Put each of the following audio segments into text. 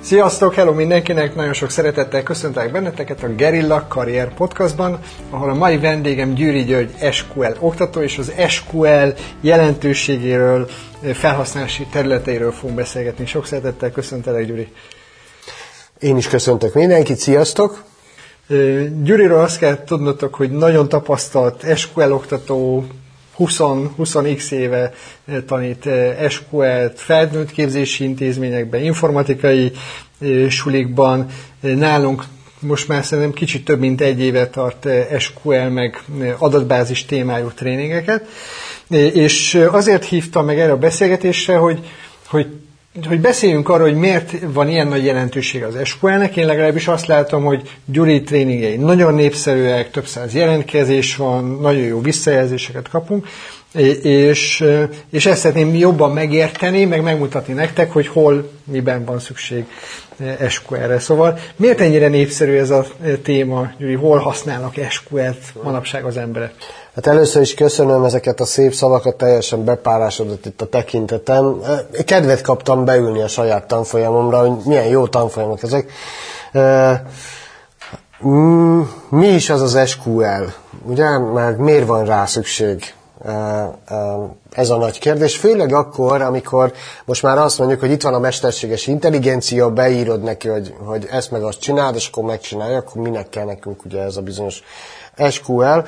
Sziasztok, hello mindenkinek, nagyon sok szeretettel köszöntelek benneteket a Guerilla Karrier Podcastban, ahol a mai vendégem Győri György SQL oktató, és az SQL jelentőségéről, felhasználási területeiről fogunk beszélgetni. Sok szeretettel köszöntelek, Gyuri. Én is köszöntök mindenkit, sziasztok! Gyuriról azt kell tudnotok, hogy nagyon tapasztalt SQL oktató, 20x éve tanít SQL-t felnőtt képzési intézményekben, informatikai sulikban. Nálunk most már szerintem kicsit több mint egy éve tart SQL meg adatbázis témájú tréningeket. És azért hívtam meg erre a beszélgetésre, hogy beszéljünk arról, hogy miért van ilyen nagy jelentősége az SQL-nek. Én legalábbis azt látom, hogy Gyuri tréningei nagyon népszerűek, több száz jelentkezés van, nagyon jó visszajelzéseket kapunk, és ezt szeretném jobban megérteni, meg megmutatni nektek, hogy hol, miben van szükség SQL-re. Szóval miért ennyire népszerű ez a téma, Gyuri? Hol használnak SQL-t manapság az emberek? Hát először is köszönöm ezeket a szép szavakat, teljesen bepárásodott itt a tekintetem. Kedvet kaptam beülni a saját tanfolyamomra, hogy milyen jó tanfolyamok ezek. Mi is az az SQL? Ugye, mert miért van rá szükség? Ez a nagy kérdés, főleg akkor, amikor most már azt mondjuk, hogy itt van a mesterséges intelligencia, beírod neki, hogy ezt meg azt csináld, és akkor megcsinálja, akkor minek kell nekünk ugye ez a bizonyos SQL.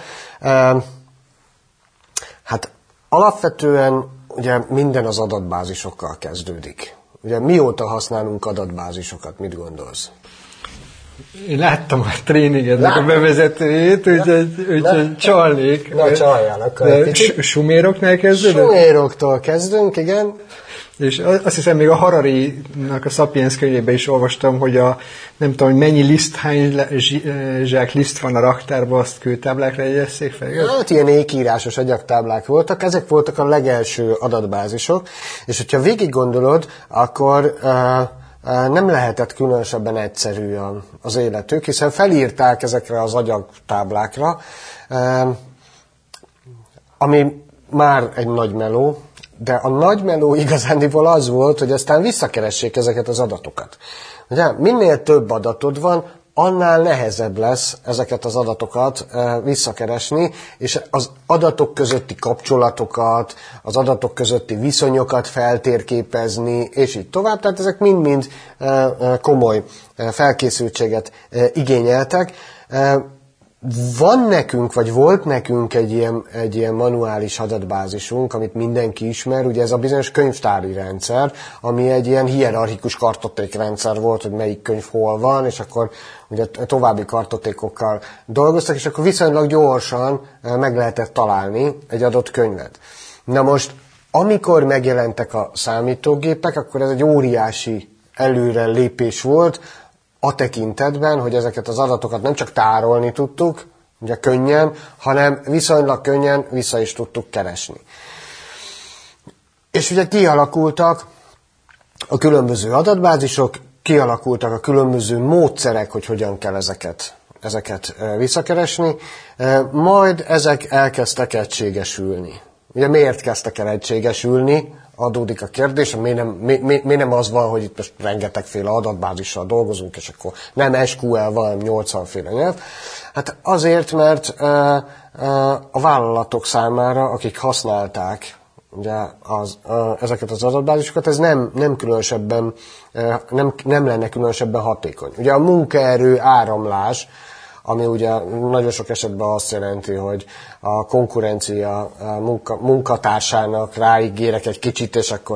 Hát alapvetően ugye minden az adatbázisokkal kezdődik. Ugye mióta használunk adatbázisokat, mit gondolsz? Én láttam a tréningednek a bevezetőjét, úgyhogy csalnék. Na, csaljál akkor. Suméroknál kezdődött? Suméroktól kezdünk, igen. És azt hiszem, még a Harari-nak a Sapiens könyvében is olvastam, hogy nem tudom, hogy mennyi liszt, hány zsák liszt van a raktárban, azt kőtáblákra jegyezzék fel. Hát ilyen ékírásos agyagtáblák voltak, ezek voltak a legelső adatbázisok, és hogyha végig gondolod, akkor nem lehetett különösebben egyszerű az életük, hiszen felírták ezekre az agyagtáblákra, ami már egy nagy meló, de a nagy meló igazándiból az volt, hogy aztán visszakeressék ezeket az adatokat. Ugye, minél több adatod van, annál nehezebb lesz ezeket az adatokat visszakeresni, és az adatok közötti kapcsolatokat, az adatok közötti viszonyokat feltérképezni, és így tovább. Tehát ezek mind-mind komoly felkészültséget igényeltek. Van nekünk, vagy volt nekünk egy ilyen manuális adatbázisunk, amit mindenki ismer, ugye ez a bizonyos könyvtári rendszer, ami egy ilyen hierarchikus kartotékrendszer volt, hogy melyik könyv hol van, és akkor ugye további kartotékokkal dolgoztak, és akkor viszonylag gyorsan meg lehetett találni egy adott könyvet. Na most, amikor megjelentek a számítógépek, akkor ez egy óriási előre lépés volt, a tekintetben, hogy ezeket az adatokat nem csak tárolni tudtuk, ugye könnyen, hanem viszonylag könnyen vissza is tudtuk keresni. És ugye kialakultak a különböző adatbázisok, kialakultak a különböző módszerek, hogy hogyan kell ezeket visszakeresni, majd ezek elkezdtek egységesülni. Ugye miért kezdtek el egységesülni? Adódik a kérdés, miért nem az van, hogy itt most rengetegféle adatbázissal dolgozunk, és akkor nem SQL van, 80 féle nyelv. Hát azért, mert a vállalatok számára, akik használták ugye, ezeket az adatbázisokat, ez nem különösebben, nem lenne különösebben hatékony. Ugye a munkaerő áramlás, ami ugye nagyon sok esetben azt jelenti, hogy a konkurencia munkatársának ráígérek egy kicsit, és akkor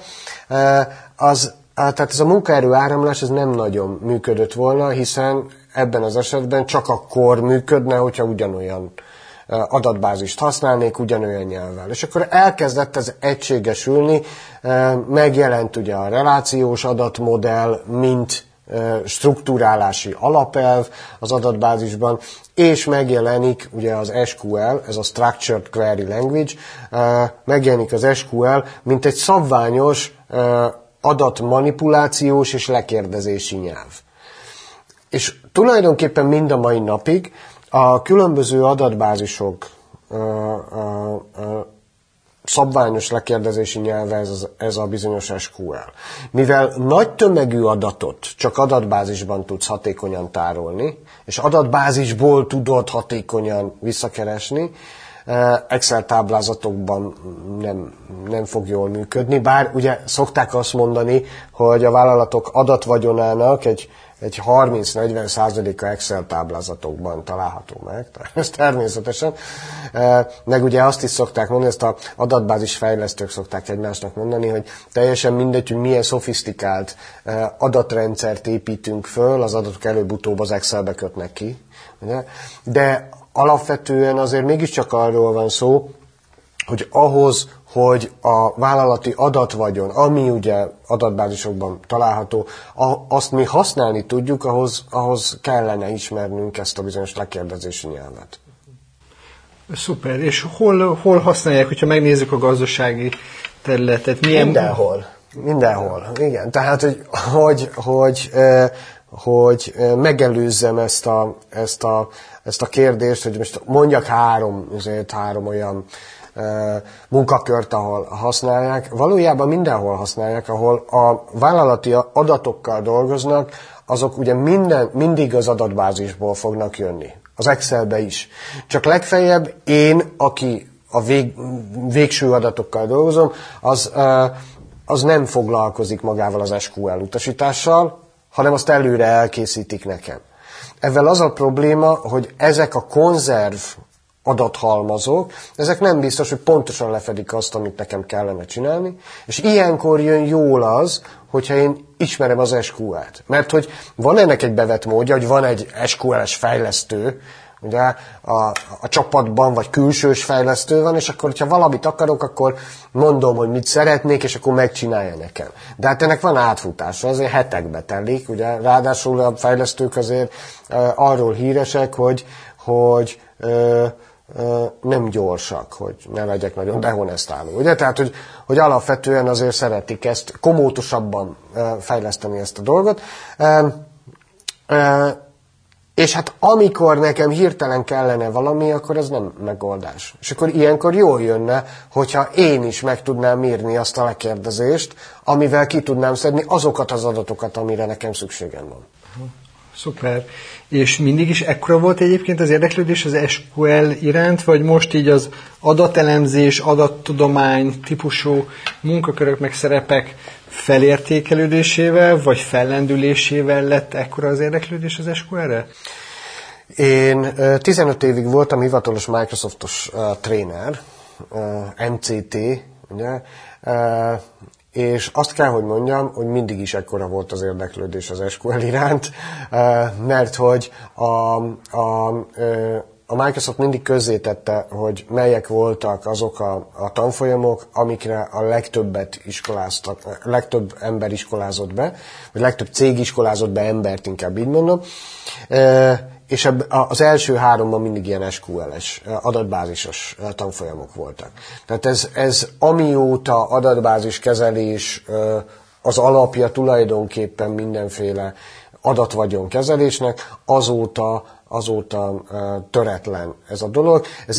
tehát ez a munkaerő áramlás ez nem nagyon működött volna, hiszen ebben az esetben csak akkor működne, hogyha ugyanolyan adatbázist használnék, ugyanolyan nyelvvel. És akkor elkezdett ez egységesülni, megjelent ugye a relációs adatmodell, mint strukturálási alapelv az adatbázisban, és megjelenik ugye az SQL, ez a Structured Query Language, megjelenik az SQL, mint egy szabványos adatmanipulációs és lekérdezési nyelv. És tulajdonképpen mind a mai napig a különböző adatbázisok szabványos lekérdezési nyelve ez a bizonyos SQL. Mivel nagy tömegű adatot csak adatbázisban tudsz hatékonyan tárolni, és adatbázisból tudod hatékonyan visszakeresni, Excel táblázatokban nem fog jól működni, bár ugye szokták azt mondani, hogy a vállalatok adatvagyonának egy 30-40%-a Excel táblázatokban található meg, ez természetesen. Meg ugye azt is szokták mondani, ezt az adatbázis fejlesztők szokták egymásnak mondani, hogy teljesen mindegy, hogy milyen szofisztikált adatrendszert építünk föl, az adatok előbb-utóbb az Excelbe kötnek ki. Ugye? De alapvetően azért mégiscsak arról van szó, hogy ahhoz, hogy a vállalati adatvagyon, ami ugye adatbázisokban található, azt mi használni tudjuk, ahhoz kellene ismernünk ezt a bizonyos lekérdezési nyelvet. Szuper. És hol használják, hogyha megnézzük a gazdasági területet? Mindenhol. Igen. Tehát, hogy megelőzzem ezt a kérdést, hogy most mondjak három olyan munkakört, ahol használják. Valójában mindenhol használják, ahol a vállalati adatokkal dolgoznak, azok ugye mindig az adatbázisból fognak jönni. Az Excelbe is. Csak legfeljebb én, aki a végső adatokkal dolgozom, az nem foglalkozik magával az SQL utasítással, hanem azt előre elkészítik nekem. Ezzel az a probléma, hogy ezek a konzerv adathalmazok, ezek nem biztos, hogy pontosan lefedik azt, amit nekem kellene csinálni, és ilyenkor jön jól az, hogyha én ismerem az SQL-t. Mert hogy van ennek egy bevett módja, hogy van egy SQL-es fejlesztő, ugye a csapatban, vagy külsős fejlesztő van, és akkor, hogyha valamit akarok, akkor mondom, hogy mit szeretnék, és akkor megcsinálja nekem. De hát ennek van átfutása, azért hetekbe telik, ugye, ráadásul a fejlesztők azért arról híresek, hogy nem gyorsak, hogy ne legyek nagyon dehonestáló. Ugye? Tehát, hogy alapvetően azért szeretik ezt komótosabban fejleszteni ezt a dolgot. És hát amikor nekem hirtelen kellene valami, akkor ez nem megoldás. És akkor ilyenkor jól jönne, hogyha én is meg tudnám írni azt a lekérdezést, amivel ki tudnám szedni azokat az adatokat, amire nekem szükségem van. Szuper. És mindig is ekkora volt egyébként az érdeklődés az SQL iránt, vagy most így az adatelemzés, adattudomány típusú munkakörök meg szerepek felértékelődésével, vagy fellendülésével lett ekkora az érdeklődés az SQL-re? Én 15 évig voltam hivatalos Microsoftos tréner, MCT, ugye, és azt kell, hogy mondjam, hogy mindig is ekkora volt az érdeklődés az SQL iránt, mert hogy a Microsoft mindig közzétette, hogy melyek voltak azok a tanfolyamok, amikre a legtöbb ember iskolázott be, vagy legtöbb cég iskolázott be embert, inkább így mondom, és az első 3-ban mindig ilyen SQL-es, adatbázisos tanfolyamok voltak. Tehát ez amióta adatbázis kezelés az alapja tulajdonképpen mindenféle adatvagyon kezelésnek, azóta töretlen ez a dolog. Ez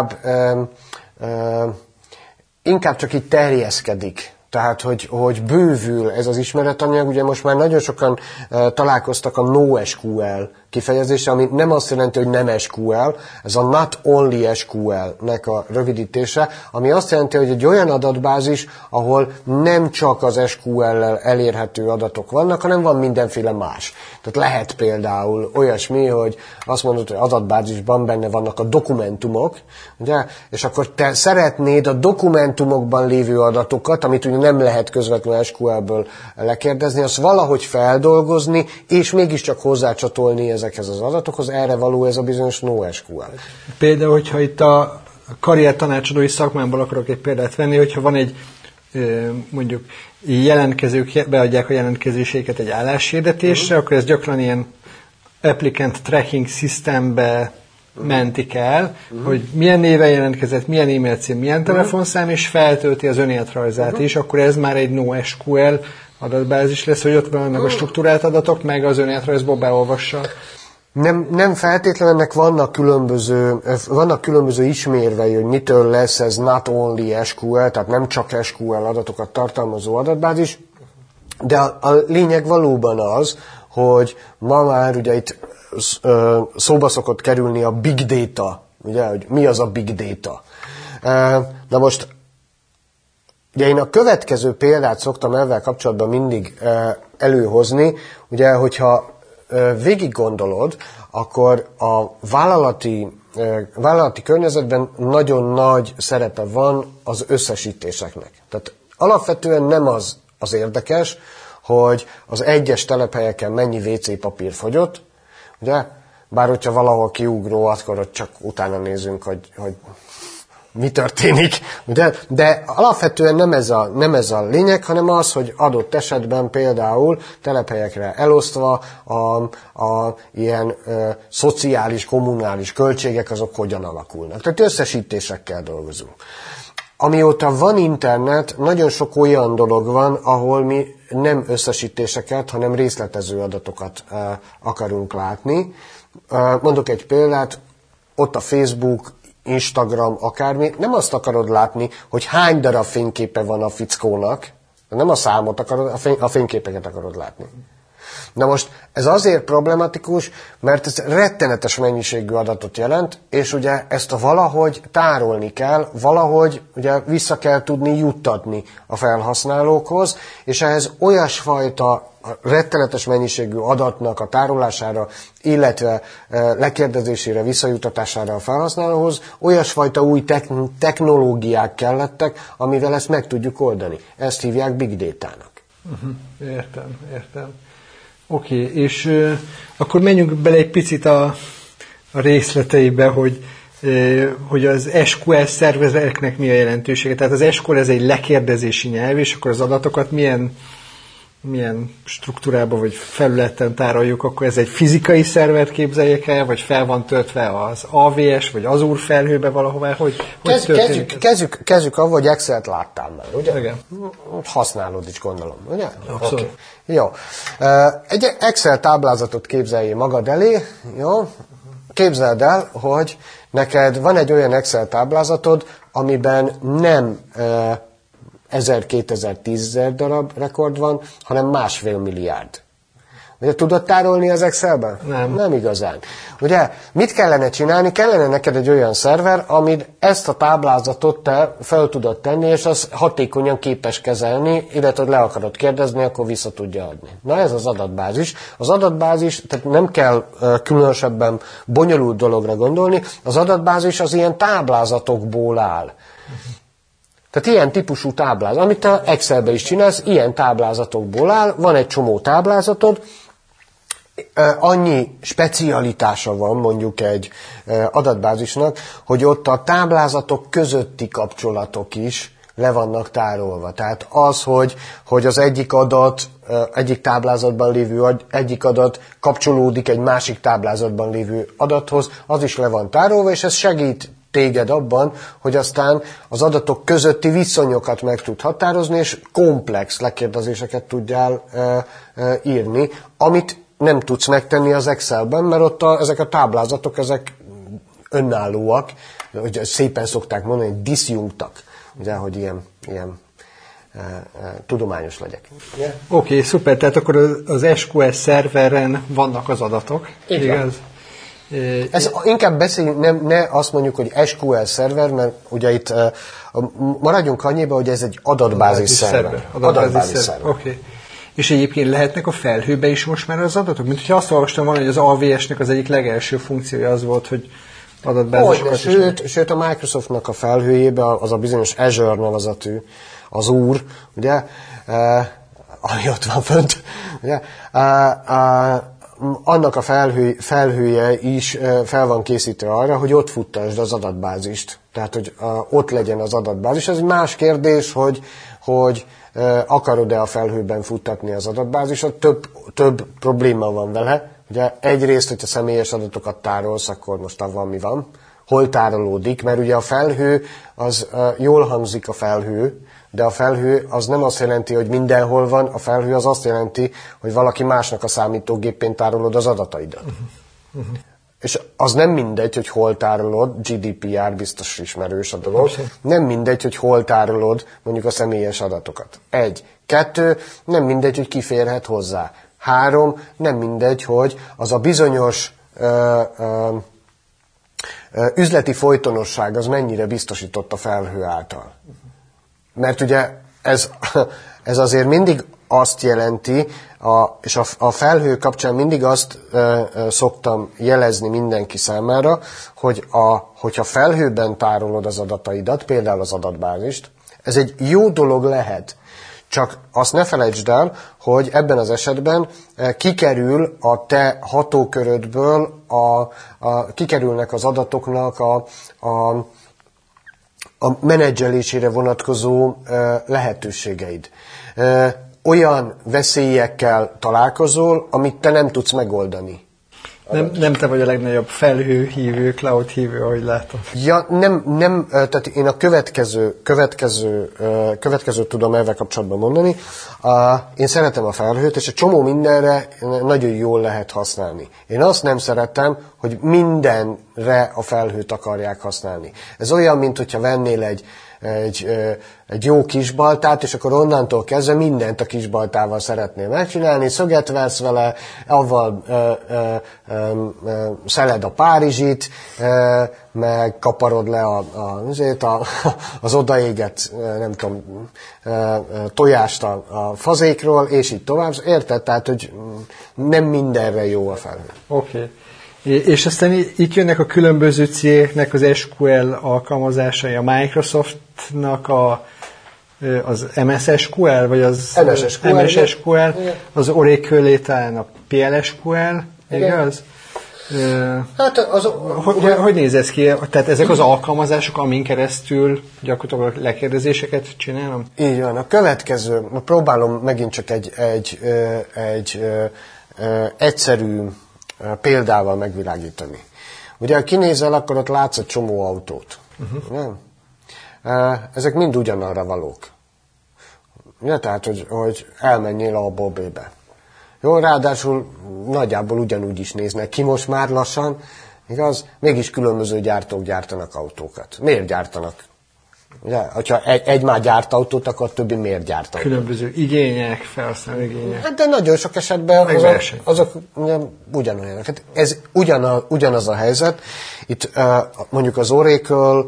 inkább csak így terjeszkedik. Tehát, hogy bővül ez az ismeretanyag, ugye most már nagyon sokan találkoztak a NoSQL kifejezése, ami nem azt jelenti, hogy nem SQL, ez a Not Only SQL-nek a rövidítése, ami azt jelenti, hogy egy olyan adatbázis, ahol nem csak az SQL-lel elérhető adatok vannak, hanem van mindenféle más. Tehát lehet például olyasmi, hogy azt mondod, hogy adatbázisban benne vannak a dokumentumok, ugye? És akkor te szeretnéd a dokumentumokban lévő adatokat, amit ugye nem lehet közvetlenül SQL-ből lekérdezni, azt valahogy feldolgozni, és mégiscsak hozzácsatolni ezekhez az adatokhoz, erre való ez a bizonyos NoSQL. Például, hogyha itt a karriertanácsadói szakmámból akarok egy példát venni, hogyha van egy mondjuk jelentkezők beadják a jelentkezéseiket egy álláshirdetésre, akkor ez gyakran ilyen applicant tracking systembe mentik el, hogy milyen néven jelentkezett, milyen e-mail cím, milyen telefonszám, és feltölti az önéletrajzát is, akkor ez már egy NoSQL adatbázis lesz, hogy ott vannak a struktúrált adatok, meg az önéletrajzból beolvassa. Nem feltétlenül ennek vannak különböző ismérvei, hogy mitől lesz ez not only SQL, tehát nem csak SQL adatokat tartalmazó adatbázis, de a lényeg valóban az, hogy ma már ugye itt szóba szokott kerülni a big data, ugye, hogy mi az a big data. Na most, ugye én a következő példát szoktam ezzel kapcsolatban mindig előhozni, ugye, hogyha végig gondolod, akkor a vállalati környezetben nagyon nagy szerepe van az összesítéseknek. Tehát alapvetően nem az érdekes, hogy az egyes telephelyeken mennyi WC papír fogyott, ugye? Bár hogyha valahol kiugró, akkor ott csak utána nézünk, hogy mi történik. Ugye? De alapvetően nem ez a lényeg, hanem az, hogy adott esetben például telephelyekre elosztva a ilyen szociális, kommunális költségek azok hogyan alakulnak. Tehát összesítésekkel dolgozunk. Amióta van internet, nagyon sok olyan dolog van, ahol mi nem összesítéseket, hanem részletező adatokat akarunk látni. Mondok egy példát, ott a Facebook, Instagram, akármi, nem azt akarod látni, hogy hány darab fényképe van a fickónak, nem a számot akarod, a fényképeket akarod látni. Na most ez azért problematikus, mert ez rettenetes mennyiségű adatot jelent, és ugye ezt valahogy tárolni kell, valahogy ugye vissza kell tudni juttatni a felhasználókhoz, és ehhez olyasfajta rettenetes mennyiségű adatnak a tárolására, illetve lekérdezésére, visszajuttatására a felhasználóhoz olyasfajta új technológiák kellettek, amivel ezt meg tudjuk oldani. Ezt hívják big data-nak. Értem. Oké, és akkor menjünk bele egy picit a részleteibe, hogy az SQL szervereknek mi a jelentősége. Tehát az SQL ez egy lekérdezési nyelv, és akkor az adatokat milyen struktúrában vagy felületen tároljuk, akkor ez egy fizikai szervert képzeljék el, vagy fel van töltve az AWS, vagy Azure felhőbe valahová, hogy történik? Kezdjük avval, hogy Excel-t láttál már, ugye? Igen. Használod is, gondolom, ugye? Abszolút. Okay. Jó. Egy Excel táblázatot képzeljél magad elé, jó? Képzeld el, hogy neked van egy olyan Excel táblázatod, amiben nem 1000-2000-10.000 darab rekord van, hanem 1,5 milliárd. Ugye tudod tárolni az Excelben? Nem igazán. Ugye mit kellene csinálni? Kellene neked egy olyan szerver, amit ezt a táblázatot te fel tudod tenni, és az hatékonyan képes kezelni, illetve hogy le akarod kérdezni, akkor vissza tudja adni. Na ez az adatbázis. Az adatbázis, tehát nem kell különösebben bonyolult dologra gondolni, az adatbázis az ilyen táblázatokból áll. Tehát ilyen típusú táblázat, amit te Excelbe is csinálsz, ilyen táblázatokból áll, van egy csomó táblázatod, annyi specialitása van mondjuk egy adatbázisnak, hogy ott a táblázatok közötti kapcsolatok is le vannak tárolva. Tehát az, hogy az egyik adat, egyik táblázatban lévő egyik adat kapcsolódik egy másik táblázatban lévő adathoz, az is le van tárolva, és ez segít téged abban, hogy aztán az adatok közötti viszonyokat meg tud határozni, és komplex lekérdezéseket tudjál írni, amit nem tudsz megtenni az Excelben, mert ott ezek a táblázatok, ezek önállóak, hogy szépen szokták mondani, hogy diszjunktak, ugye, hogy ilyen tudományos legyek. Yeah. Oké, szuper, tehát akkor az SQL szerveren vannak az adatok, igaz? Ez inkább beszéljünk, ne azt mondjuk, hogy SQL szerver, mert ugye itt maradjunk annyiba, hogy ez egy adatbázis szerver. Adatbázis szerver. Okay. És egyébként lehetnek a felhőbe is most már az adatok? Mint hogyha azt olvastam volna, hogy az AWS-nek az egyik legelső funkciója az volt, hogy adatbázisokat sőt, a Microsoftnak a felhőjébe az a bizonyos Azure nevezetű, az Úr, ugye, ami ott van fönt, ugye, annak a felhője is fel van készítve arra, hogy ott futtasd az adatbázist. Tehát, hogy ott legyen az adatbázis. Ez egy más kérdés, hogy akarod-e a felhőben futtatni az adatbázisot. Több probléma van vele. Ugye egyrészt, hogyha személyes adatokat tárolsz, akkor most avval mi van? Hol tárolódik? Mert ugye a felhő, az jól hangzik a felhő, de a felhő az nem azt jelenti, hogy mindenhol van, a felhő az azt jelenti, hogy valaki másnak a számítógépén tárolod az adataidat. És az nem mindegy, hogy hol tárolod, GDPR biztos ismerős a dolog, nem mindegy, hogy hol tárolod mondjuk a személyes adatokat. 1. 2. Nem mindegy, hogy ki férhet hozzá. 3. Nem mindegy, hogy az a bizonyos üzleti folytonosság az mennyire biztosított a felhő által. Mert ugye ez azért mindig azt jelenti, és a felhő kapcsán mindig azt szoktam jelezni mindenki számára, hogy hogyha felhőben tárolod az adataidat, például az adatbázist, ez egy jó dolog lehet. Csak azt ne felejtsd el, hogy ebben az esetben kikerül a te hatókörödből, kikerülnek az adatoknak a menedzselésére vonatkozó lehetőségeid. Olyan veszélyekkel találkozol, amit te nem tudsz megoldani. Nem te vagy a legnagyobb felhőhívő, cloud hívő, ahogy látom. Ja, nem, tehát én a következőt tudom ezzel kapcsolatban mondani. Én szeretem a felhőt, és egy csomó mindenre nagyon jól lehet használni. Én azt nem szeretem, hogy mindenre a felhőt akarják használni. Ez olyan, mint hogyha vennél egy jó kisbaltát, és akkor onnantól kezdve mindent a kisbaltával szeretnél megcsinálni, szöget vesz vele, avval szeled a párizsit, meg kaparod le az odaégett, nem tudom, tojást a fazékról, és így tovább. Érted? Tehát, hogy nem mindenre jó a felhő. Oké. És aztán itt jönnek a különböző cégeknek az SQL alkalmazásai, a Microsoftnak az MS SQL, vagy az MS SQL, az Oracle talán a PL SQL, igaz? Hát hogy néz ez ki? Tehát ezek az alkalmazások, amin keresztül gyakorlatilag lekérdezéseket csinálom? Így van. A következő, próbálom megint csak egy egyszerű példával megvilágítani. Ugye, ha kinézel, akkor ott látsz egy csomó autót. Nem? Ezek mind ugyanarra valók. Ugye? Tehát, hogy elmenjél A-ból B-be. Jó, ráadásul nagyjából ugyanúgy is néznek ki most már lassan, igaz? Mégis különböző gyártók gyártanak autókat. Miért gyártanak? Ugye, hogyha egy már gyárt autót, akkor többi miért gyárt autót? Különböző igények, felhasználó igények. Hát de nagyon sok esetben azok ugyanolyanak. Hát ez ugyanaz a helyzet. Itt mondjuk az Oracle,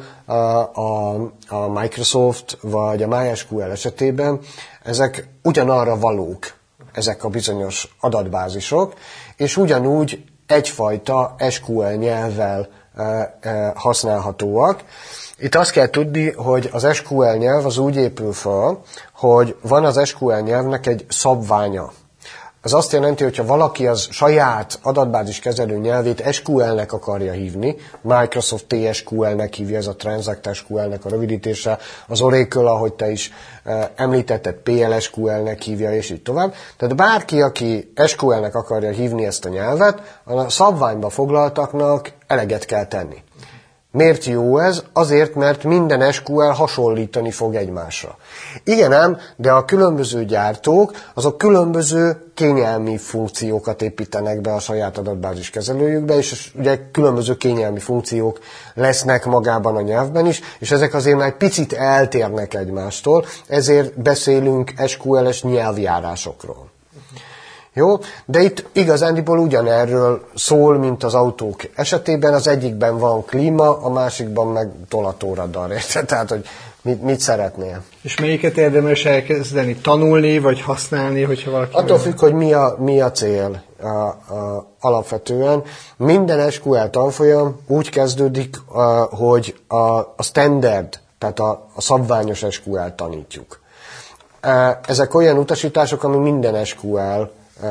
a Microsoft vagy a MySQL esetében ezek ugyanarra valók, ezek a bizonyos adatbázisok, és ugyanúgy egyfajta SQL nyelvvel használhatóak. Itt azt kell tudni, hogy az SQL nyelv az úgy épül fel, hogy van az SQL nyelvnek egy szabványa. Ez azt jelenti, hogyha valaki az saját adatbázis kezelő nyelvét SQL-nek akarja hívni, Microsoft TSQL-nek hívja, ez a Transact SQL-nek a rövidítése, az Oracle, ahogy te is említetted, PLSQL-nek hívja, és így tovább. Tehát bárki, aki SQL-nek akarja hívni ezt a nyelvet, a szabványba foglaltaknak eleget kell tenni. Miért jó ez? Azért, mert minden SQL hasonlítani fog egymásra. Igen ám, de a különböző gyártók, azok különböző kényelmi funkciókat építenek be a saját adatbázis kezelőjükbe, és ugye különböző kényelmi funkciók lesznek magában a nyelvben is, és ezek azért már egy picit eltérnek egymástól, ezért beszélünk SQL-es nyelvjárásokról. Jó? De itt igazándiból ugyanerről szól, mint az autók esetében. Az egyikben van klíma, a másikban meg tolatóradar. Tehát, hogy mit szeretnél. És melyiket érdemes elkezdeni? Tanulni, vagy használni, hogyha valaki... Attól függ, hogy mi a cél alapvetően. Minden SQL tanfolyam úgy kezdődik, hogy a standard, tehát a szabványos SQL tanítjuk. Ezek olyan utasítások, ami minden SQL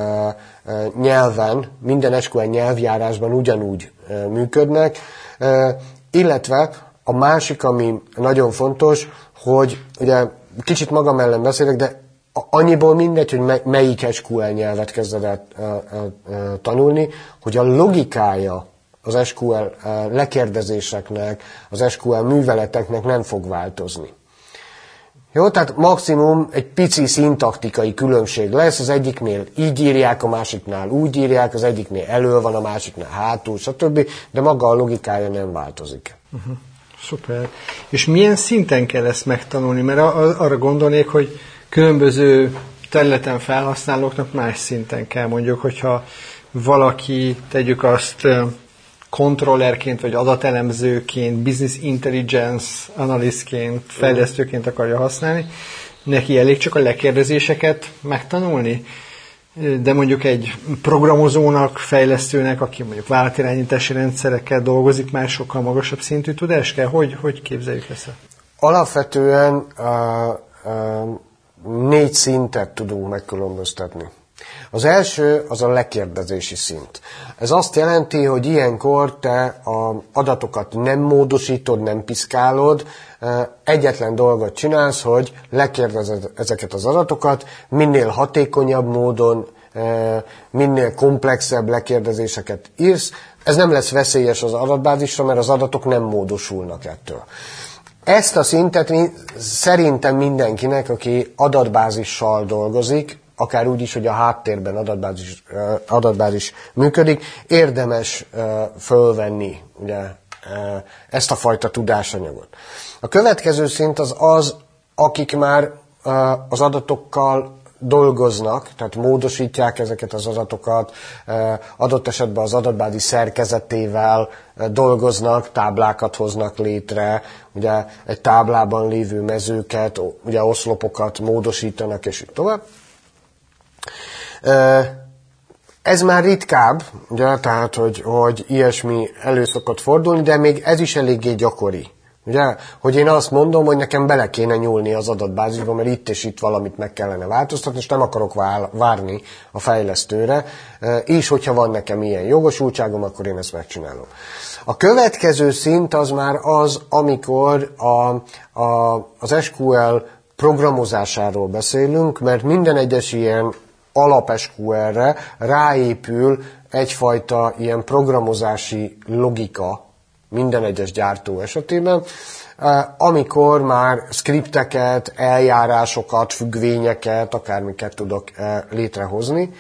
nyelven, minden SQL nyelvjárásban ugyanúgy működnek, illetve a másik, ami nagyon fontos, hogy ugye kicsit magam ellen beszélek, de annyiból mindegy, hogy melyik SQL nyelvet kezded el tanulni, hogy a logikája az SQL lekérdezéseknek, az SQL műveleteknek nem fog változni. Jó, tehát maximum egy pici szintaktikai különbség lesz, az egyiknél így írják, a másiknál úgy írják, az egyiknél elől van, a másiknál hátul, stb., de maga a logikája nem változik. Szuper. És milyen szinten kell ezt megtanulni? Mert arra gondolnék, hogy különböző területen felhasználóknak más szinten kell, mondjuk, hogyha valaki, tegyük azt, kontrollerként, vagy adatelemzőként, business intelligence analystként, fejlesztőként akarja használni, neki elég csak a lekérdezéseket megtanulni, de mondjuk egy programozónak, fejlesztőnek, aki mondjuk vállalatirányítási rendszerekkel dolgozik, már sokkal magasabb szintű tudás kell? Hogy képzeljük ezt? Alapvetően 4 szintet tudunk megkülönböztetni. Az első az a lekérdezési szint. Ez azt jelenti, hogy ilyenkor te az adatokat nem módosítod, nem piszkálod, egyetlen dolgot csinálsz, hogy lekérdezed ezeket az adatokat, minél hatékonyabb módon, minél komplexebb lekérdezéseket írsz. Ez nem lesz veszélyes az adatbázisra, mert az adatok nem módosulnak ettől. Ezt a szintet szerintem mindenkinek, aki adatbázissal dolgozik, akár úgy is, hogy a háttérben adatbázis működik, érdemes fölvenni ugye, ezt a fajta tudásanyagot. A következő szint az, akik már az adatokkal dolgoznak, tehát módosítják ezeket az adatokat, adott esetben az adatbázis szerkezetével dolgoznak, táblákat hoznak létre, ugye egy táblában lévő mezőket, ugye oszlopokat módosítanak, és így tovább. Ez már ritkább, ugye, tehát, hogy ilyesmi elő szokott fordulni, de még ez is eléggé gyakori. Ugye, hogy én azt mondom, hogy nekem bele kéne nyúlni az adatbázisba, mert itt és itt valamit meg kellene változtatni, és nem akarok várni a fejlesztőre, és hogyha van nekem ilyen jogosultságom, akkor én ezt megcsinálom. A következő szint az már az, amikor az SQL programozásáról beszélünk, mert minden egyes ilyen alap SQL-re ráépül egyfajta ilyen programozási logika minden egyes gyártó esetében, amikor már skripteket, eljárásokat, függvényeket, akármiket tudok létrehozni.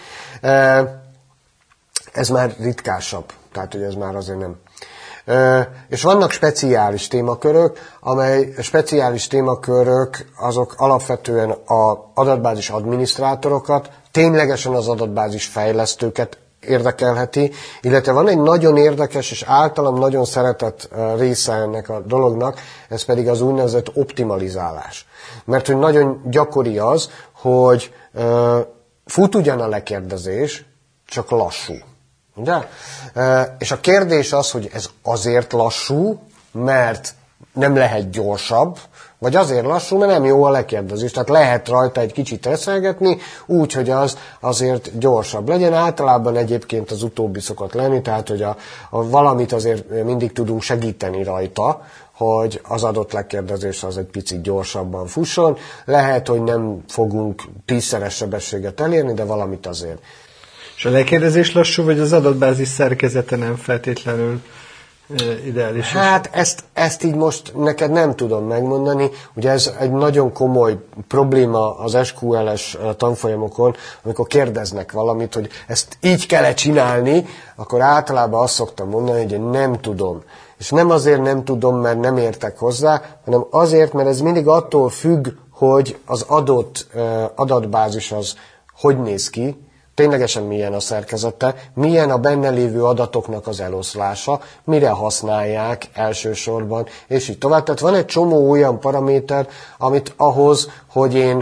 Ez már ritkásabb, tehát hogy ez már azért nem. És vannak speciális témakörök, amely speciális témakörök azok alapvetően az adatbázis adminisztrátorokat, ténylegesen az adatbázis fejlesztőket érdekelheti, illetve van egy nagyon érdekes és általam nagyon szeretett része ennek a dolognak, ez pedig az úgynevezett optimalizálás. Mert hogy nagyon gyakori az, hogy fut ugyan a lekérdezés, csak lassú. Ugye? És a kérdés az, hogy ez azért lassú, mert nem lehet gyorsabb, vagy azért lassú, mert nem jó a lekérdezés. Tehát lehet rajta egy kicsit reszelgetni, úgy, hogy az azért gyorsabb legyen. Általában egyébként az utóbbi szokott lenni, tehát hogy a valamit azért mindig tudunk segíteni rajta, hogy az adott lekérdezés az egy picit gyorsabban fusson. Lehet, hogy nem fogunk 10-szeres sebességet elérni, de valamit azért. És a lekérdezés lassú, vagy az adatbázis szerkezete nem feltétlenül ideális? Hát ezt így most neked nem tudom megmondani. Ugye ez egy nagyon komoly probléma az SQL-es tanfolyamokon, amikor kérdeznek valamit, hogy ezt így kell csinálni, akkor általában azt szoktam mondani, hogy én nem tudom. És nem azért nem tudom, mert nem értek hozzá, hanem azért, mert ez mindig attól függ, hogy az adott adatbázis az hogy néz ki, ténylegesen milyen a szerkezete, milyen a benne lévő adatoknak az eloszlása, mire használják elsősorban, és így tovább. Tehát van egy csomó olyan paraméter, amit ahhoz, hogy én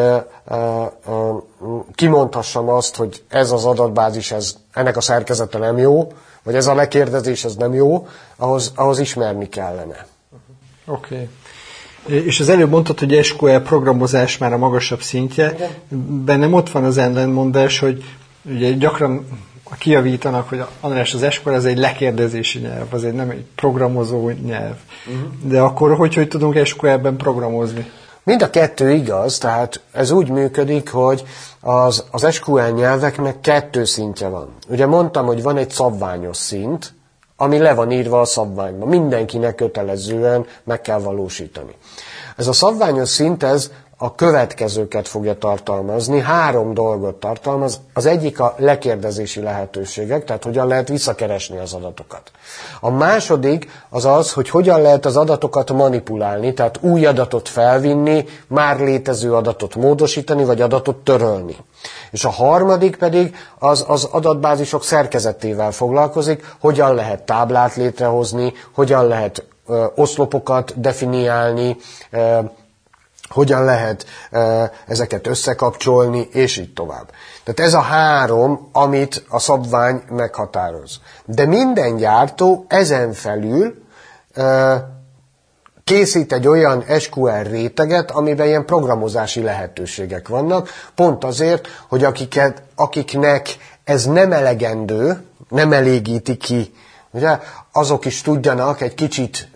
kimondhassam azt, hogy ez az adatbázis, ennek a szerkezete nem jó, vagy ez a lekérdezés, ez nem jó, ahhoz ismerni kellene. Oké. Okay. És az előbb mondtad, hogy SQL programozás már a magasabb szintje. Bennem ott van az ellentmondás, hogy ugye gyakran kijavítanak, hogy András, az SQL az egy lekérdezési nyelv, az egy nem egy programozó nyelv. De akkor hogy tudunk SQL-ben programozni? Mind a kettő igaz, tehát ez úgy működik, hogy az SQL nyelveknek 2 szintje van. Ugye mondtam, hogy van egy szabványos szint, ami le van írva a szabványban. Mindenkinek kötelezően meg kell valósítani. Ez a szabványos szint, ez a következőket fogja tartalmazni, 3 dolgot tartalmaz. Az egyik a lekérdezési lehetőségek, tehát hogyan lehet visszakeresni az adatokat. A második az az, hogy hogyan lehet az adatokat manipulálni, tehát új adatot felvinni, már létező adatot módosítani, vagy adatot törölni. És a harmadik pedig az adatbázisok szerkezetével foglalkozik, hogyan lehet táblát létrehozni, hogyan lehet oszlopokat definiálni, hogyan lehet ezeket összekapcsolni, és így tovább. Tehát ez a 3, amit a szabvány meghatároz. De minden gyártó ezen felül készít egy olyan SQL réteget, amiben ilyen programozási lehetőségek vannak, pont azért, hogy akiknek ez nem elegendő, nem elégíti ki, ugye, azok is tudjanak egy kicsit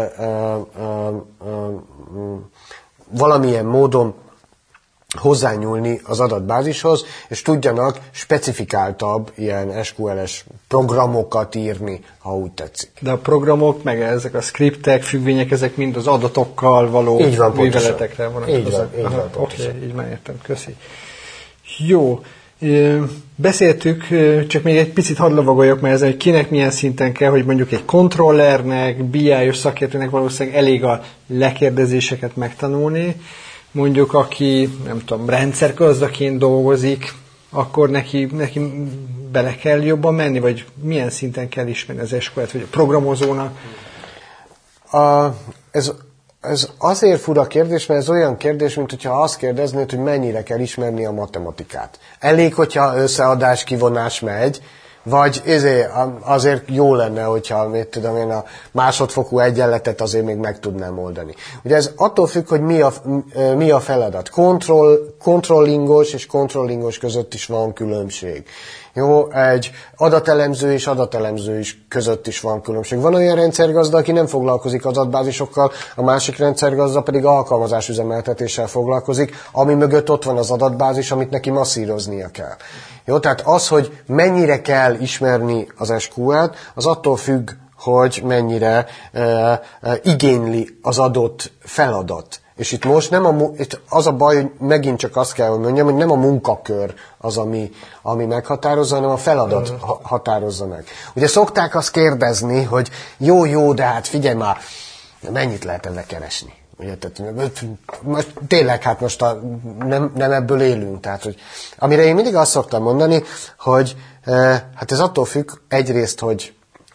valamilyen módon hozzányúlni az adatbázishoz, és tudjanak specifikáltabb ilyen SQL-es programokat írni, ha úgy tetszik. De a programok, meg ezek a skriptek, függvények, ezek mind az adatokkal való műveletekre vonatkoznak. Így van, pontosan. Oké, így már értem, köszi. Jó, beszéltük, csak még egy picit hadd lovagoljak már ezen, hogy kinek milyen szinten kell, hogy mondjuk egy kontrollernek, BI-os szakértőnek valószínűleg elég a lekérdezéseket megtanulni, mondjuk aki, nem tudom, rendszergazdaként dolgozik, akkor neki bele kell jobban menni, vagy milyen szinten kell ismerni az SQL-t, vagy a programozónak? Ez azért fura kérdés, mert ez olyan kérdés, mint hogyha azt kérdeznéd, hogy mennyire kell ismerni a matematikát. Elég, hogyha összeadás, kivonás megy, vagy azért jó lenne, hogyha én a másodfokú egyenletet azért még meg tudnám oldani. Ugye ez attól függ, hogy mi a feladat. Controllingos és controllingos között is van különbség. Jó, egy adatelemző és adatelemző is között is van különbség. Van olyan rendszergazda, aki nem foglalkozik adatbázisokkal, a másik rendszergazda pedig alkalmazásüzemeltetéssel foglalkozik, ami mögött ott van az adatbázis, amit neki masszíroznia kell. Jó, tehát az, hogy mennyire kell ismerni az SQL-t, az attól függ, hogy mennyire igényli az adott feladat. És itt most itt az a baj, hogy megint csak azt kell, hogy mondjam, hogy nem a munkakör az, ami meghatározza, hanem a feladat határozza meg. Ugye szokták azt kérdezni, hogy jó, de hát figyelj már, mennyit lehet ezzel keresni? Ugye, tehát, tényleg, hát most nem ebből élünk. Tehát, hogy, amire én mindig azt szoktam mondani, hogy hát ez attól függ egyrészt, hogy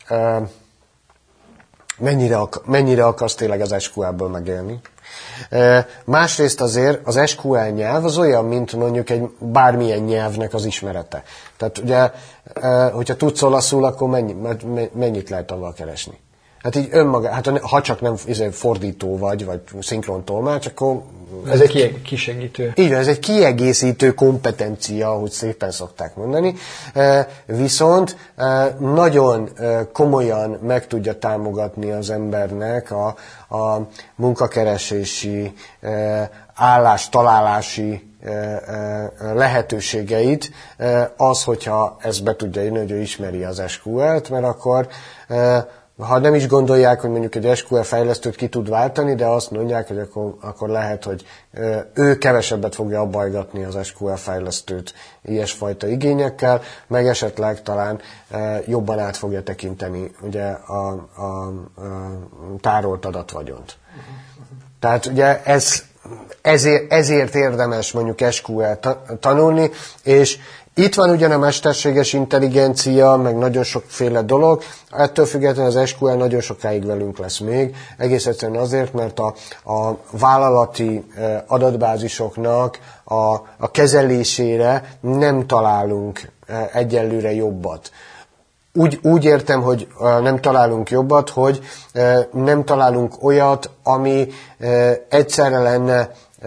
mennyire akarsz tényleg az SQL-ből megélni. Másrészt azért az SQL nyelv az olyan, mint mondjuk egy bármilyen nyelvnek az ismerete. Tehát ugye, hogyha tudsz olaszul, akkor mennyit lehet avval keresni? Hát így ha csak nem fordító vagy szinkrontolmács, akkor... Ez egy kisegítő. Igen, ez egy kiegészítő kompetencia, ahogy szépen szokták mondani, viszont nagyon komolyan meg tudja támogatni az embernek a munkakeresési, állástalálási lehetőségeit az, hogyha ezt be tudja írni, hogy ő ismeri az SQL-t, mert akkor ha nem is gondolják, hogy mondjuk egy SQL fejlesztőt ki tud váltani, de azt mondják, hogy akkor lehet, hogy ő kevesebbet fogja abbajgatni az SQL fejlesztőt ilyesfajta igényekkel, meg esetleg talán jobban át fogja tekinteni ugye a tárolt adatvagyont. Tehát ugye ezért érdemes mondjuk SQL tanulni, és itt van ugyan a mesterséges intelligencia, meg nagyon sokféle dolog, ettől függetlenül az SQL nagyon sokáig velünk lesz még, egész egyszerűen azért, mert a vállalati adatbázisoknak a kezelésére nem találunk egyelőre jobbat. Úgy értem, hogy nem találunk jobbat, hogy nem találunk olyat, ami egyszerre lenne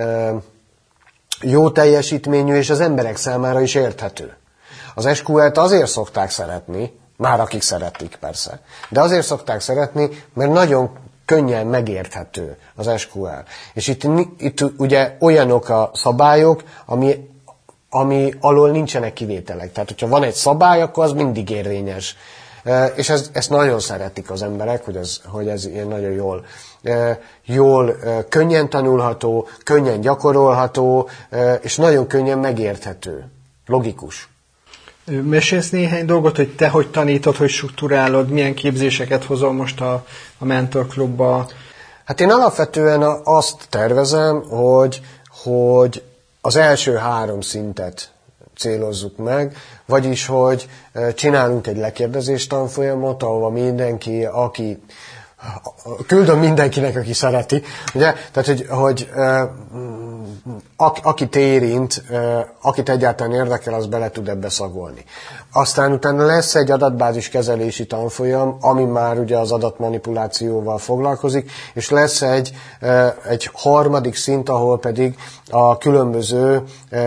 jó teljesítményű, és az emberek számára is érthető. Az SQL-t azért szokták szeretni, már akik szeretik persze, de azért szokták szeretni, mert nagyon könnyen megérthető az SQL. És itt ugye olyanok a szabályok, ami alól nincsenek kivételek. Tehát, hogyha van egy szabály, akkor az mindig érvényes. És ezt nagyon szeretik az emberek, hogy ez ilyen nagyon jól könnyen tanulható, könnyen gyakorolható, és nagyon könnyen megérthető, logikus. Mesélsz néhány dolgot, hogy te hogy tanítod, hogy strukturálod, milyen képzéseket hozol most a Mentor Klubba? Hát én alapvetően azt tervezem, hogy az első 3 szintet célozzuk meg, vagyis, hogy csinálunk egy lekérdezés tanfolyamot, ahova mindenki, küldöm mindenkinek, aki szereti, ugye? Tehát, hogy akit érint, akit egyáltalán érdekel, az bele tud ebbe szagolni. Aztán utána lesz egy adatbázis kezelési tanfolyam, ami már ugye az adatmanipulációval foglalkozik, és lesz egy harmadik szint, ahol pedig a különböző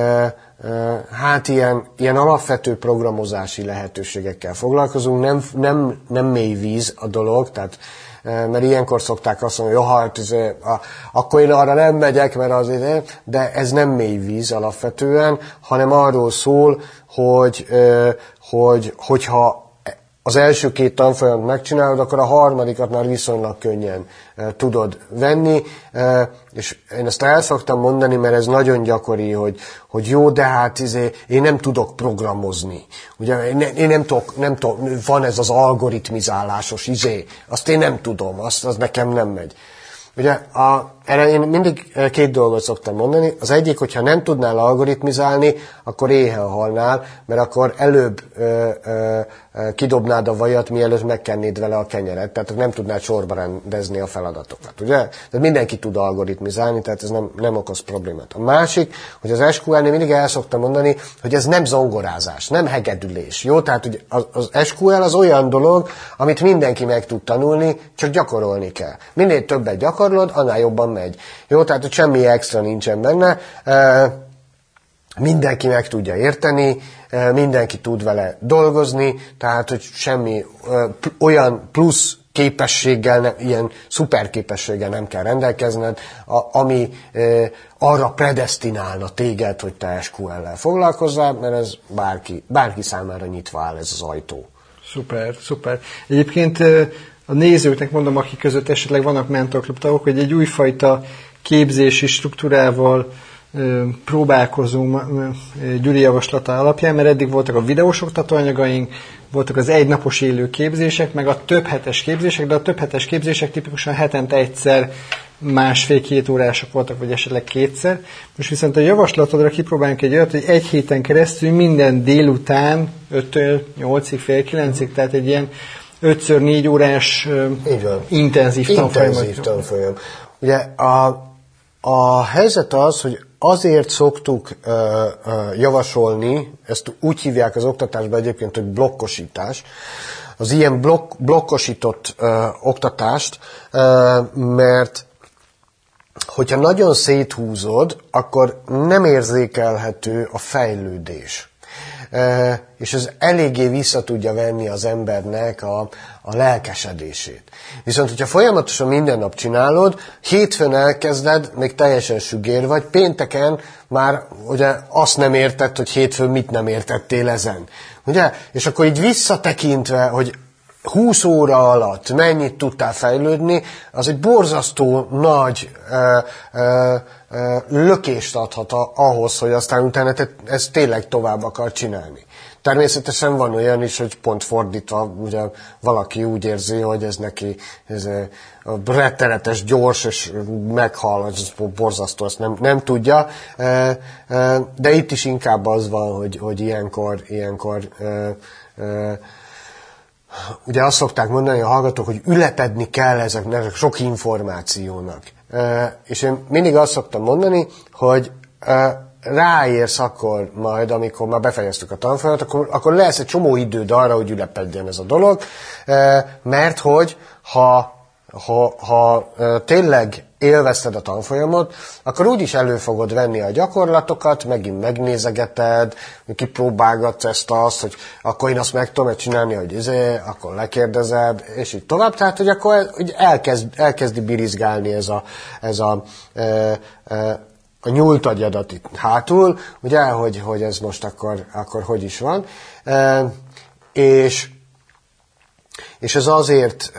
ilyen alapvető programozási lehetőségekkel foglalkozunk, nem mély víz a dolog, tehát mert ilyenkor szokták azt mondani, hogy hát, akkor én arra nem megyek, mert azért, de ez nem mély víz alapvetően, hanem arról szól, hogyha az első 2 tanfolyamot megcsinálod, akkor a harmadikat már viszonylag könnyen tudod venni, és én ezt el szoktam mondani, mert ez nagyon gyakori, hogy jó, de hát én nem tudok programozni. Ugye, én nem tudok, van ez az algoritmizálásos azt én nem tudom, az nekem nem megy. Ugye, erre én mindig 2 dolgot szoktam mondani. Az egyik, hogyha nem tudnál algoritmizálni, akkor éhen halnál, mert akkor előbb kidobnád a vajat, mielőtt megkennéd vele a kenyeret. Tehát nem tudnád sorba rendezni a feladatokat. Ugye? Tehát mindenki tud algoritmizálni, tehát ez nem okoz problémát. A másik, hogy az SQL-nél mindig el szoktam mondani, hogy ez nem zongorázás, nem hegedülés. Jó? Tehát hogy az SQL az olyan dolog, amit mindenki meg tud tanulni, csak gyakorolni kell. Minél többet gyakorlod, annál jobban megy. Jó, tehát hogy semmi extra nincsen benne, mindenki meg tudja érteni, mindenki tud vele dolgozni, tehát hogy semmi olyan plusz képességgel, ilyen szuper képességgel nem kell rendelkezned, ami arra predesztinálna téged, hogy te SQL-lel foglalkozzál, mert ez bárki számára nyitva áll ez az ajtó. Szuper. Egyébként a nézőknek mondom, akik között esetleg vannak mentorklub tagok, hogy egy újfajta képzési struktúrával próbálkozunk Gyuri javaslata alapján, mert eddig voltak a videós oktatóanyagaink, voltak az egynapos élő képzések, meg a több hetes képzések, de a több hetes képzések tipikusan hetente egyszer, 1,5-2 órások voltak, vagy esetleg 2-szer. Most viszont a javaslatodra kipróbáljunk egy olyat, hogy egy héten keresztül minden délután 5-től 8-ig, fél 9-ig, tehát egy ilyen 5x4 órás intenzív tanfolyam. Ugye a helyzet az, hogy azért szoktuk javasolni, ezt úgy hívják az oktatásban egyébként, hogy blokkosítás, az ilyen blokkosított oktatást, mert hogyha nagyon széthúzod, akkor nem érzékelhető a fejlődés. És ez eléggé vissza tudja venni az embernek a lelkesedését. Viszont, hogyha folyamatosan minden nap csinálod, hétfőn elkezded, még teljesen sügér vagy, pénteken már ugye azt nem érted, hogy hétfőn mit nem értettél ezen. Ugye? És akkor így visszatekintve, hogy 20 óra alatt mennyit tudtál fejlődni, az egy borzasztó nagy lökést adhat ahhoz, hogy aztán utána ezt tényleg tovább akar csinálni. Természetesen van olyan is, hogy pont fordítva, ugye valaki úgy érzi, hogy ez neki rettenetes, gyors, és meghal, ez borzasztó, ezt nem tudja. De itt is inkább az van, hogy ilyenkor ugye azt szokták mondani a hallgatók, hogy ülepedni kell ezeknek sok információnak. És én mindig azt szoktam mondani, hogy ráérsz akkor majd, amikor már befejeztük a tanfolyamot, akkor lesz egy csomó időd arra, hogy ülepedjen ez a dolog, mert hogy ha tényleg élvezted a tanfolyamot, akkor úgyis elő fogod venni a gyakorlatokat, megint megnézegeted, kipróbálgatsz ezt-azt, hogy akkor én azt meg tudom csinálni, hogy akkor lekérdezed, és így tovább. Tehát, hogy akkor elkezdi birizgálni ez a nyúlt agyadat itt hátul, ugye, hogy ez most akkor hogy is van. És És ez azért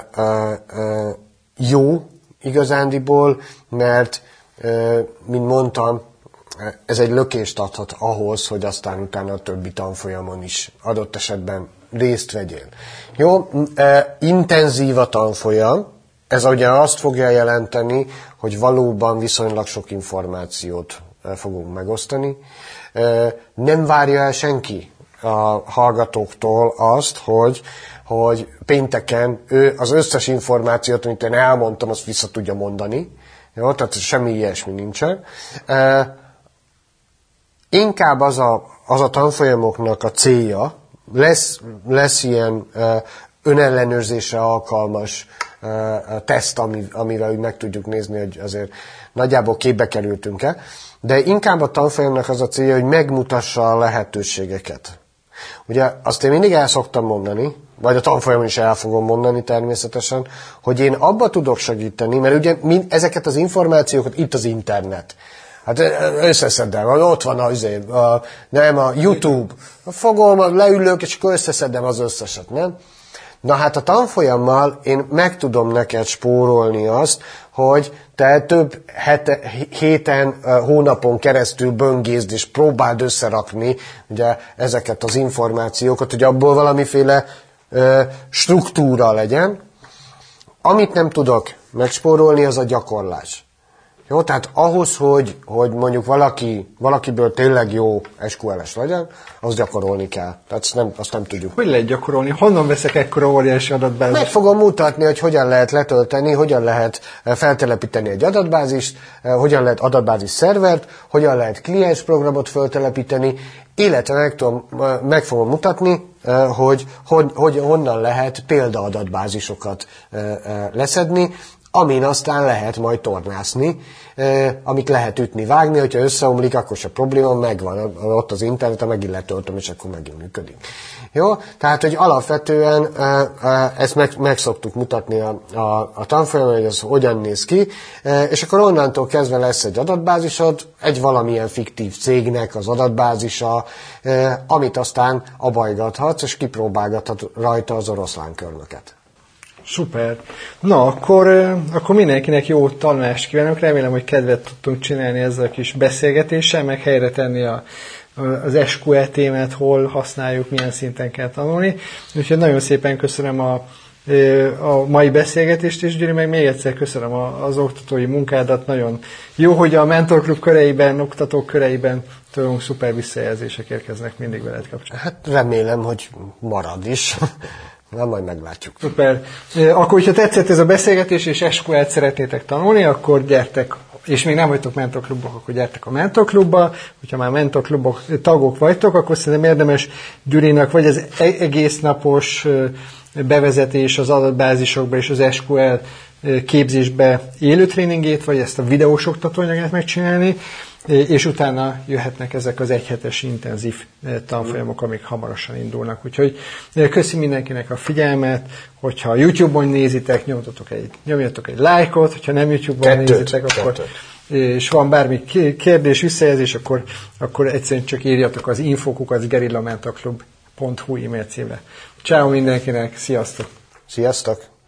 jó igazándiból, mert, mint mondtam, ez egy lökést adhat ahhoz, hogy aztán utána a többi tanfolyamon is adott esetben részt vegyél. Jó, intenzív a tanfolyam, ez ugye azt fogja jelenteni, hogy valóban viszonylag sok információt fogunk megosztani. Nem várja el senki a hallgatóktól azt, hogy pénteken ő az összes információt, amit én elmondtam, azt vissza tudja mondani. Jó, tehát semmi ilyesmi nincsen. Inkább az a tanfolyamoknak a célja, lesz ilyen önellenőrzésre alkalmas teszt, amivel úgy meg tudjuk nézni, hogy azért nagyjából képbe kerültünk-e, de inkább a tanfolyamnak az a célja, hogy megmutassa a lehetőségeket. Ugye azt én mindig el szoktam mondani, vagy a tanfolyamon is el fogom mondani természetesen, hogy én abba tudok segíteni, mert ugye ezeket az információkat itt az internet. Hát összeszedem, ott van a YouTube, fogom, leülök, és akkor összeszedem az összeset, nem? Na hát a tanfolyammal én meg tudom neked spórolni azt, hogy te több héten, hónapon keresztül böngészd és próbáld összerakni ugye, ezeket az információkat, hogy abból valamiféle struktúra legyen. Amit nem tudok megspórolni, az a gyakorlás. Jó, tehát ahhoz, hogy mondjuk valakiből tényleg jó SQL-es legyen, az gyakorolni kell. Tehát azt nem tudjuk. Hogy lehet gyakorolni? Honnan veszek ekkora óriási adatbázist? Meg fogom mutatni, hogy hogyan lehet letölteni, hogyan lehet feltelepíteni egy adatbázist, hogyan lehet adatbázis szervert, hogyan lehet kliens programot feltelepíteni, illetve meg fogom mutatni, hogy honnan lehet példadatbázisokat leszedni, amin aztán lehet majd tornászni, amit lehet ütni, vágni, hogyha összeomlik, akkor se probléma, megvan ott az interneten, megint letöltöm, és akkor megint működik. Jó? Tehát, hogy alapvetően ezt meg szoktuk mutatni a tanfolyamon, hogy ez hogyan néz ki, és akkor onnantól kezdve lesz egy adatbázisod, egy valamilyen fiktív cégnek az adatbázisa, amit aztán abajgathatsz, és kipróbálgathat rajta az oroszlánkörmöket. Szuper. Na, akkor mindenkinek jó tanulást kívánok. Remélem, hogy kedvet tudtunk csinálni ezzel a kis beszélgetéssel, meg helyre tenni az SQL témát, hol használjuk, milyen szinten kell tanulni. Úgyhogy nagyon szépen köszönöm a mai beszélgetést, és Gyuri, meg még egyszer köszönöm az oktatói munkádat. Nagyon jó, hogy a Mentor Klub köreiben, oktatók köreiben tőlünk szuper visszajelzések érkeznek mindig veled kapcsolatban. Hát remélem, hogy marad is. Na, majd meglátjuk. Szuper. Akkor, hogyha tetszett ez a beszélgetés, és SQL-t szeretnétek tanulni, akkor gyertek, és még nem vagytok mentorklubok, akkor gyertek a mentorklubba. Hogyha már mentorklubok tagok vagytok, akkor szerintem érdemes Gyurinak vagy az egész napos bevezetés az adatbázisokba és az SQL képzésbe élő tréningét, vagy ezt a videós oktatóanyagát megcsinálni, és utána jöhetnek ezek az egyhetes intenzív tanfolyamok, amik hamarosan indulnak. Úgyhogy köszi mindenkinek a figyelmet, hogyha YouTube-on nézitek, nyomjatok egy lájkot, hogyha nem YouTube-on nézitek, akkor és van bármi kérdés, visszajelzés, akkor egyszerűen csak írjatok az info@guerillamentorklub.hu e-mail címre. Ciao mindenkinek, sziasztok! Sziasztok!